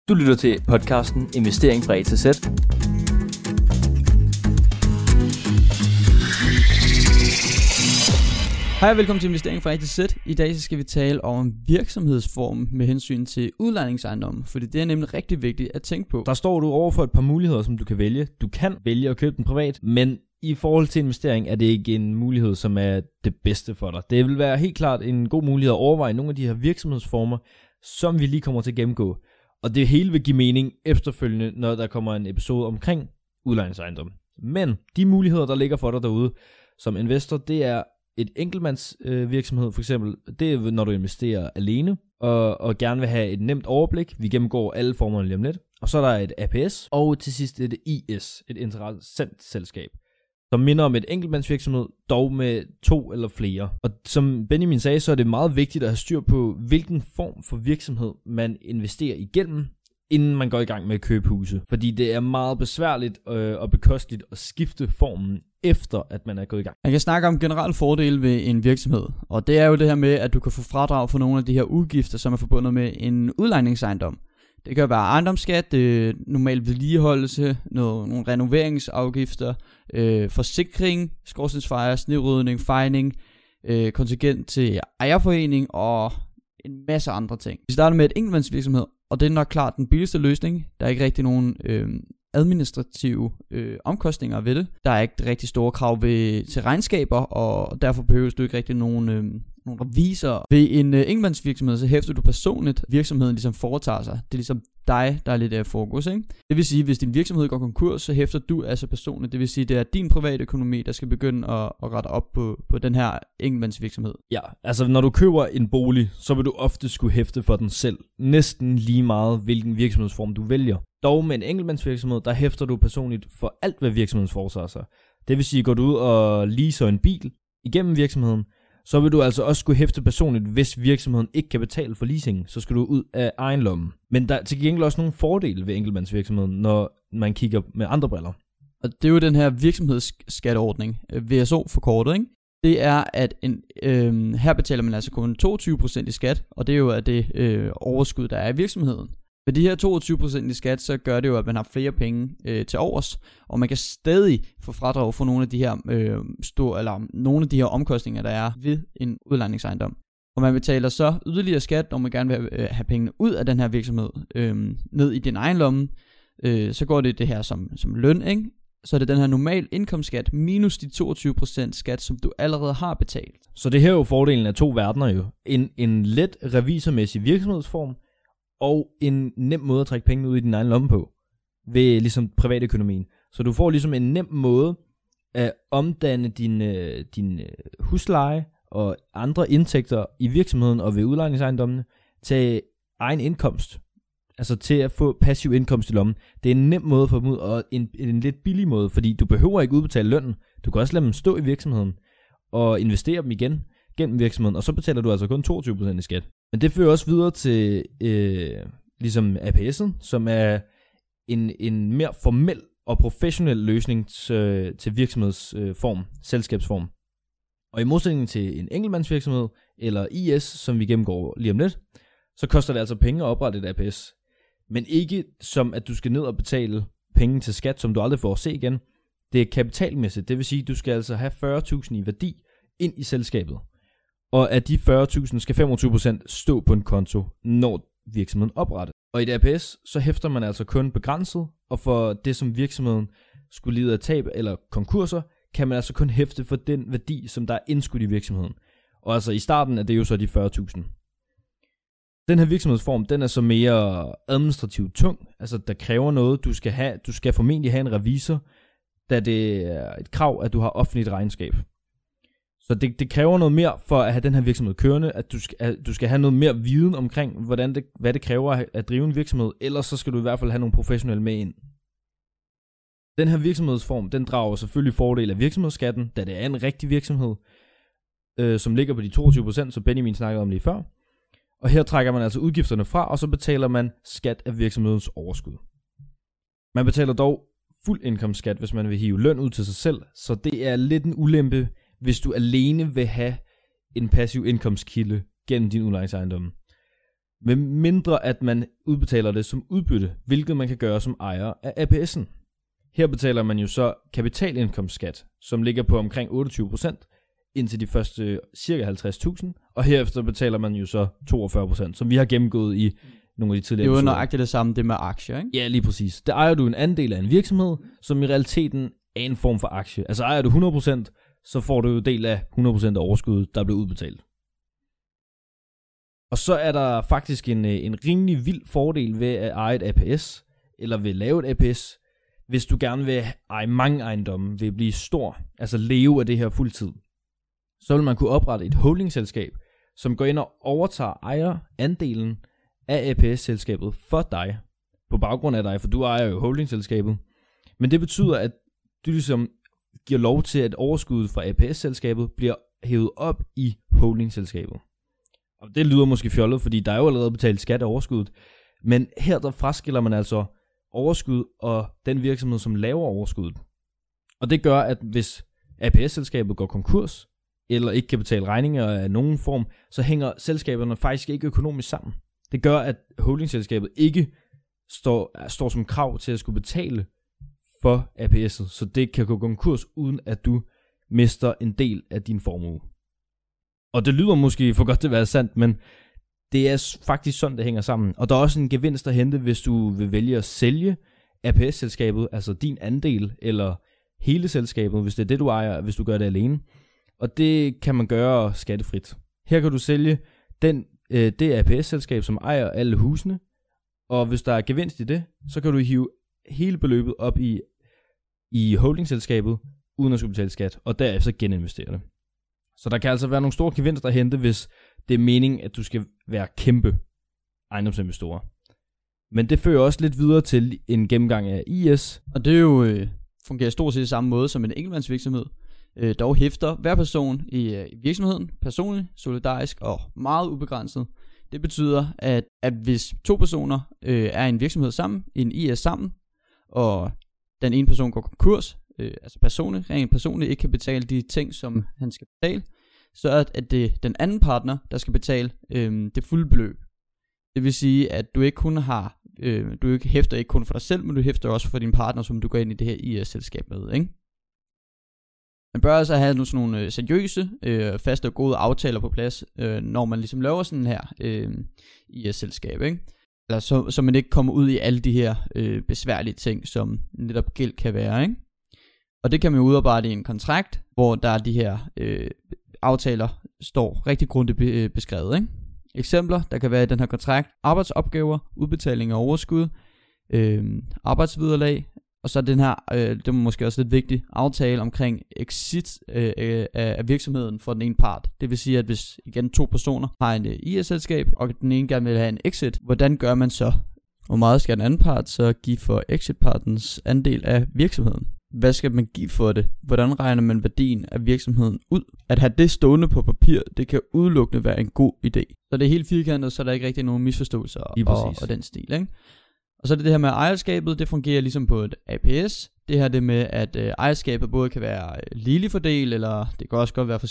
Du lytter til podcasten Investering fra A til Z. Hej og velkommen til Investering fra A til Z. I dag så skal vi tale om virksomhedsform med hensyn til udlejningsejendomme, fordi det er nemlig rigtig vigtigt at tænke på. Der står du over for et par muligheder, som du kan vælge. Du kan vælge at købe den privat, men i forhold til investering er det ikke en mulighed, som er det bedste for dig. Det vil være helt klart en god mulighed at overveje nogle af de her virksomhedsformer, som vi lige kommer til at gennemgå. Og det hele vil give mening efterfølgende, når der kommer en episode omkring udlejningsejendom. Men de muligheder, der ligger for dig derude som investor, det er et enkeltmandsvirksomhed for eksempel. Det er, når du investerer alene og gerne vil have et nemt overblik. Vi gennemgår alle formerne lige om lidt. Og så er der et APS, og til sidst et IS, et interessentselskab, som minder om et enkeltmandsvirksomhed, dog med 2 eller flere. Og som Benjamin sagde, så er det meget vigtigt at have styr på, hvilken form for virksomhed man investerer igennem, inden man går i gang med at købe huse. Fordi det er meget besværligt og bekosteligt at skifte formen, efter at man er gået i gang. Jeg kan snakke om generelle fordele ved en virksomhed, og det er jo det her med, at du kan få fradrag for nogle af de her udgifter, som er forbundet med en udlejningsejendom. Det kan være ejendomsskat, normal vedligeholdelse, nogle renoveringsafgifter, forsikring, skorstensfejer, snerydning, fejning, kontingent til ejerforening og en masse andre ting. Vi starter med et enkeltmandsvirksomhed, og det er nok klart den billigste løsning. Der er ikke rigtig nogen administrative omkostninger ved det. Der er ikke rigtig store krav til regnskaber, og derfor behøver du ikke rigtig nogen revisorer. Ved en enkeltmandsvirksomhed, så hæfter du personligt, virksomheden ligesom foretager sig. Det er ligesom dig, der er lidt af fokus, ikke? Det vil sige, hvis din virksomhed går konkurs, så hæfter du altså personligt. Det vil sige, det er din private økonomi, der skal begynde at rette op på den her enkeltmandsvirksomhed. Ja, altså når du køber en bolig, så vil du ofte skulle hæfte for den selv. Næsten lige meget, hvilken virksomhedsform du vælger. Dog med en enkeltmandsvirksomhed, der hæfter du personligt for alt, hvad virksomheden foretager sig. Det vil sige, går du ud og leaser en bil igennem virksomheden, så vil du altså også skulle hæfte personligt, hvis virksomheden ikke kan betale for leasingen, så skal du ud af egen lomme. Men der er til gengæld også nogle fordele ved enkeltmandsvirksomheden, når man kigger med andre briller. Og det er jo den her virksomhedsskatteordning, VSO forkortet, ikke? Det er, at her betaler man altså kun 22% i skat, og det er jo af det overskud, der er i virksomheden. Med de her 22% i skat, så gør det jo, at man har flere penge til overs, og man kan stadig få fradrag for nogle af de her nogle af de her omkostninger, der er ved en udlejningsejendom. Og man betaler så yderligere skat, når man gerne vil have pengene ud af den her virksomhed, ned i din egen lomme. Så går det her som løn, ikke? Så er det den her normal indkomstskat minus de 22% skat, som du allerede har betalt. Så det her er jo fordelen af to verdener jo. En let revisormæssig virksomhedsform, og en nem måde at trække penge ud i din egen lomme på, ved ligesom privatøkonomien. Så du får ligesom en nem måde at omdanne din husleje og andre indtægter i virksomheden og ved udlejningsejendommene til egen indkomst. Altså til at få passiv indkomst i lommen. Det er en nem måde at få dem ud, og en lidt billig måde, fordi du behøver ikke udbetale lønnen. Du kan også lade dem stå i virksomheden og investere dem igen gennem virksomheden, og så betaler du altså kun 22% i skat. Men det fører også videre til ligesom APS'en, som er en mere formel og professionel løsning til virksomhedsform, selskabsform. Og i modsætning til en enkeltmandsvirksomhed eller IS, som vi gennemgår lige om lidt, så koster det altså penge at oprette et APS. Men ikke som at du skal ned og betale penge til skat, som du aldrig får at se igen. Det er kapitalmæssigt, det vil sige, at du skal altså have 40.000 i værdi ind i selskabet. Og af de 40.000 skal 25% stå på en konto, når virksomheden opretter. Og i et APS, så hæfter man altså kun begrænset, og for det, som virksomheden skulle lide af tab eller konkurser, kan man altså kun hæfte for den værdi, som der er indskudt i virksomheden. Og altså i starten er det jo så de 40.000. Den her virksomhedsform, den er så mere administrativt tung, altså der kræver noget, du skal formentlig have en revisor, da det er et krav, at du har offentligt regnskab. Så det kræver noget mere for at have den her virksomhed kørende, at du skal have noget mere viden omkring, hvad det kræver at drive en virksomhed, ellers så skal du i hvert fald have nogle professionelle med ind. Den her virksomhedsform, den drager selvfølgelig fordel af virksomhedsskatten, da det er en rigtig virksomhed, som ligger på de 22%, som Benjamin snakkede om lige før. Og her trækker man altså udgifterne fra, og så betaler man skat af virksomhedens overskud. Man betaler dog fuld indkomstskat, hvis man vil hive løn ud til sig selv, så det er lidt en ulempe, hvis du alene vil have en passiv indkomstkilde gennem din udlejningsejendom. med mindre at man udbetaler det som udbytte, hvilket man kan gøre som ejer af APS'en. Her betaler man jo så kapitalindkomstskat, som ligger på omkring 28%, indtil de første cirka 50.000, og herefter betaler man jo så 42%, som vi har gennemgået i nogle af de tidligere episoder. Det er jo nøjagtigt det samme, det med aktier, ikke? Ja, lige præcis. Der ejer du en andel af en virksomhed, som i realiteten er en form for aktie. Altså ejer du 100%, så får du jo del af 100% af overskuddet, der bliver udbetalt. Og så er der faktisk en rimelig vild fordel ved at eje et APS, eller ved at lave et APS, hvis du gerne vil eje mange ejendomme, vil blive stor, altså leve af det her fuldtid. Så vil man kunne oprette et holdingselskab, som går ind og overtager ejerandelen af APS-selskabet for dig, på baggrund af dig, for du ejer jo holdingselskabet. Men det betyder, at du ligesom giver lov til, at overskuddet fra APS-selskabet bliver hævet op i holdingselskabet. Og det lyder måske fjollet, fordi der er jo allerede betalt skat af overskuddet. Men her der fraskiller man altså overskud og den virksomhed, som laver overskuddet. Og det gør, at hvis APS-selskabet går konkurs, eller ikke kan betale regninger af nogen form, så hænger selskaberne faktisk ikke økonomisk sammen. Det gør, at holdingselskabet ikke står som krav til at skulle betale for APS'et, så det kan gå konkurs, uden at du mister en del af din formue. Og det lyder måske for godt til at være sandt, men det er faktisk sådan, det hænger sammen. Og der er også en gevinst at hente, hvis du vil vælge at sælge APS-selskabet, altså din andel, eller hele selskabet, hvis det er det, du ejer, hvis du gør det alene. Og det kan man gøre skattefrit. Her kan du sælge det APS-selskab, som ejer alle husene, og hvis der er gevinst i det, så kan du hive hele beløbet op i holdingselskabet, uden at skulle betale skat, og derefter geninvestere det. Så der kan altså være nogle store gevinster at hente, hvis det er meningen, at du skal være kæmpe ejendomsinvestorer. Men det fører også lidt videre til en gennemgang af IS. Og det er jo fungerer stort set samme måde som en enkeltmandsvirksomhed. Dog hæfter hver person i virksomheden personligt, solidarisk og meget ubegrænset. Det betyder, at hvis to personer er i en virksomhed sammen, i en IS sammen, og den ene person går konkurs, altså rent personligt ikke kan betale de ting, som han skal betale, så at det er den anden partner, der skal betale det fulde beløb. Det vil sige, at du ikke kun har, du ikke hæfter ikke kun for dig selv, men du hæfter også for din partner, som du går ind i det her IS-selskab med, ikke? Man bør altså have sådan nogle seriøse, faste og gode aftaler på plads, når man ligesom laver sådan her IS-selskab, ikke? Eller så man ikke kommer ud i alle de her besværlige ting, som netop gæld kan være, ikke? Og det kan man jo udarbejde i en kontrakt, hvor der er de her aftaler står rigtig grundigt beskrevet, ikke? Eksempler, der kan være i den her kontrakt: arbejdsopgaver, udbetaling af overskud, arbejdsvederlag, og så den her, det er måske også lidt vigtigt, aftale omkring exit af virksomheden for den ene part. Det vil sige, at hvis igen to personer har en IS-selskab, og den ene gerne vil have en exit, hvordan gør man så? Hvor meget skal den anden part så give for exit-partens andel af virksomheden? Hvad skal man give for det? Hvordan regner man værdien af virksomheden ud? At have det stående på papir, det kan udelukkende være en god idé. Så det er helt firkantet, så der er ikke rigtig nogen misforståelser og den stil, ikke? Og så er det her med ejerskabet, det fungerer ligesom på et APS. Det her det med, at ejerskabet både kan være ligelig fordel, eller det kan også godt være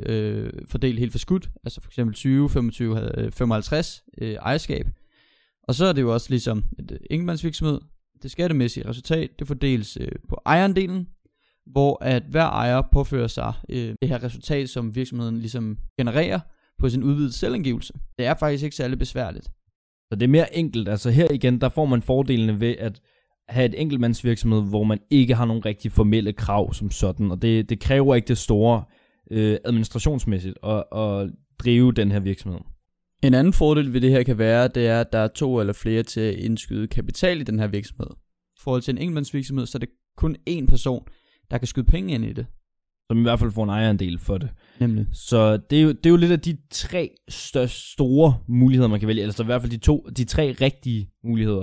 fordelt helt forskudt. Altså for eksempel 20, 25, 55 ejerskab. Og så er det jo også ligesom et enkeltmandsvirksomhed. Det skattemæssige resultat, det fordeles på ejerandelen, hvor at hver ejer påfører sig det her resultat, som virksomheden ligesom genererer på sin udvidede selvangivelse. Det er faktisk ikke særlig besværligt. Så det er mere enkelt. Altså her igen, der får man fordelene ved at have et enkeltmandsvirksomhed, hvor man ikke har nogen rigtig formelle krav som sådan. Og det kræver ikke det store administrationsmæssigt at drive den her virksomhed. En anden fordel ved det her kan være, det er, at der er to eller flere til at indskyde kapital i den her virksomhed. I forhold til en enkeltmandsvirksomhed, så er det kun én person, der kan skyde penge ind i det. Som i hvert fald får en ejerandel for det. Nemlig. Så det er jo lidt af de tre store muligheder, man kan vælge. Altså i hvert fald de tre rigtige muligheder.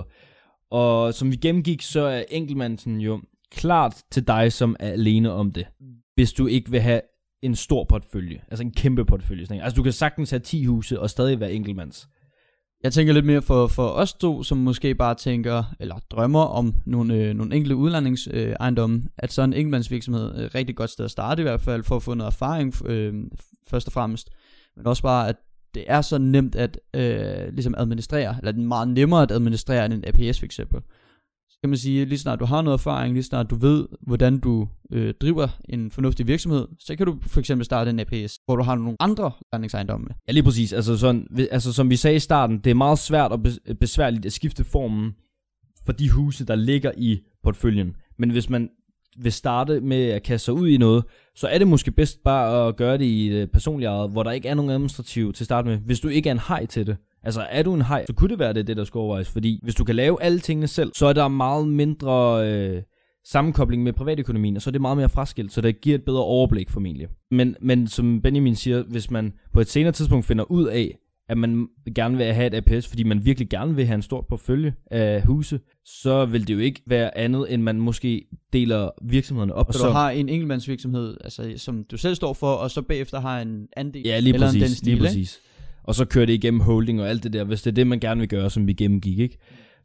Og som vi gennemgik, så er enkeltmandsen jo klart til dig, som er alene om det. Hvis du ikke vil have en stor portefølje, altså en kæmpe portefølje. Altså du kan sagtens have 10 huse og stadig være enkeltmands. Jeg tænker lidt mere for os to, som måske bare tænker, eller drømmer om nogle enkelte udlejningsejendomme, at så en enkeltmandsvirksomhed er et rigtig godt sted at starte i hvert fald, for at få noget erfaring først og fremmest. Men også bare, at det er så nemt at ligesom administrere, eller det er meget nemmere at administrere end en APS for eksempel. Så kan man sige, lige snart du har noget erfaring, lige snart du ved, hvordan du driver en fornuftig virksomhed, så kan du for eksempel starte en APS, hvor du har nogle andre landingsejendomme med. Ja, lige præcis. Altså som vi sagde i starten, det er meget svært og besværligt at skifte formen for de huse, der ligger i portføljen. Men hvis man vil starte med at kaste sig ud i noget, så er det måske bedst bare at gøre det i et personligt ejet, hvor der ikke er nogen administrativ til at starte med. Hvis du ikke er en haj til det, altså er du en haj, så kunne det være det der skal overvejes. Fordi hvis du kan lave alle tingene selv, så er der meget mindre sammenkobling med privatøkonomien, og så er det meget mere fraskilt, så det giver et bedre overblik formentlig. Men som Benjamin siger, hvis man på et senere tidspunkt finder ud af, at man gerne vil have et APS, fordi man virkelig gerne vil have en stor portefølje af huse, så vil det jo ikke være andet, end man måske deler virksomhederne op. Så du har en enkeltmandsvirksomhed, altså, som du selv står for, og så bagefter har en andel, ja, lige eller præcis, den stil, lige præcis. Og så kører det igennem holding og alt det der, hvis det er det, man gerne vil gøre, som vi gennemgik, ikke?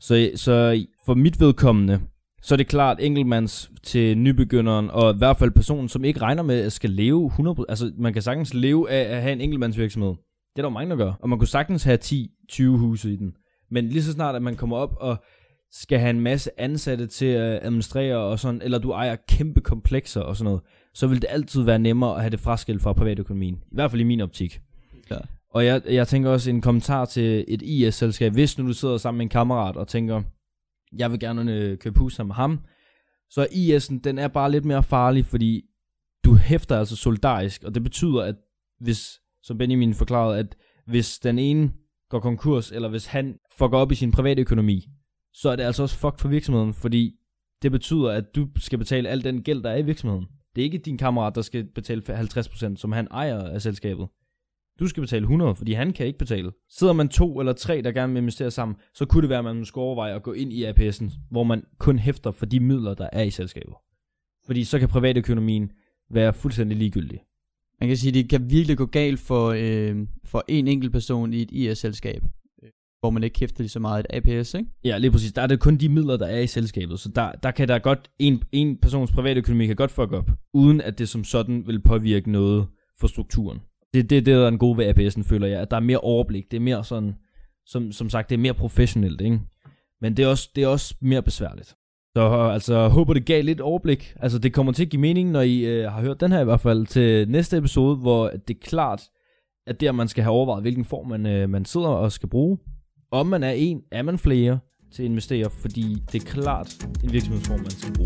Så for mit vedkommende, så er det klart enkeltmands til nybegynderen, og i hvert fald personen, som ikke regner med at skal leve 100%. Altså, man kan sagtens leve af at have en enkeltmandsvirksomhed. Det er der jo mange, der gør. Og man kunne sagtens have 10-20 huse i den. Men lige så snart, at man kommer op og skal have en masse ansatte til at administrere og sådan, eller du ejer kæmpe komplekser og sådan noget, så vil det altid være nemmere at have det fraskilt fra privatøkonomien. I hvert fald i min optik. Ja. Og jeg tænker også en kommentar til et IS-selskab. Hvis nu du sidder sammen med en kammerat og tænker, jeg vil gerne købe hus sammen med ham, så IS'en, den er bare lidt mere farlig, fordi du hæfter altså solidarisk, og det betyder, at hvis, som Benjamin forklarede, at hvis den ene går konkurs, eller hvis han fucker op i sin private økonomi, så er det altså også fucked for virksomheden, fordi det betyder, at du skal betale al den gæld, der er i virksomheden. Det er ikke din kammerat, der skal betale 50%, som han ejer af selskabet. Du skal betale 100, fordi han kan ikke betale. Sidder man 2 eller 3, der gerne vil investere sammen, så kunne det være, at man skulle overveje at gå ind i APS'en, hvor man kun hæfter for de midler, der er i selskabet. Fordi så kan privatøkonomien være fuldstændig ligegyldig. Man kan sige, at det kan virkelig gå galt for en enkelt person i et IS-selskab, hvor man ikke hæfter lige så meget et APS, ikke? Ja, lige præcis. Der er det kun de midler, der er i selskabet. Så der kan der godt, en persons privatøkonomi kan godt fuck op, uden at det som sådan vil påvirke noget for strukturen. Det der er en god ved APS'en, føler jeg, at der er mere overblik. Det er mere sådan, som sagt, det er mere professionelt, ikke? Men det er også mere besværligt. Så altså, håber det gav lidt overblik. Altså, det kommer til at give mening, når I har hørt den her i hvert fald, til næste episode, hvor det er klart, at der man skal have overvejet, hvilken form man sidder og skal bruge. Om man er en, er man flere til at investere, fordi det er klart en virksomhedsform, man skal bruge.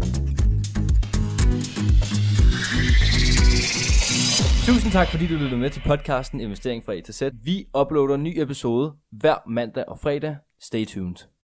Tusind tak, fordi du lyttede med til podcasten Investering fra A til Z. Vi uploader en ny episode hver mandag og fredag. Stay tuned.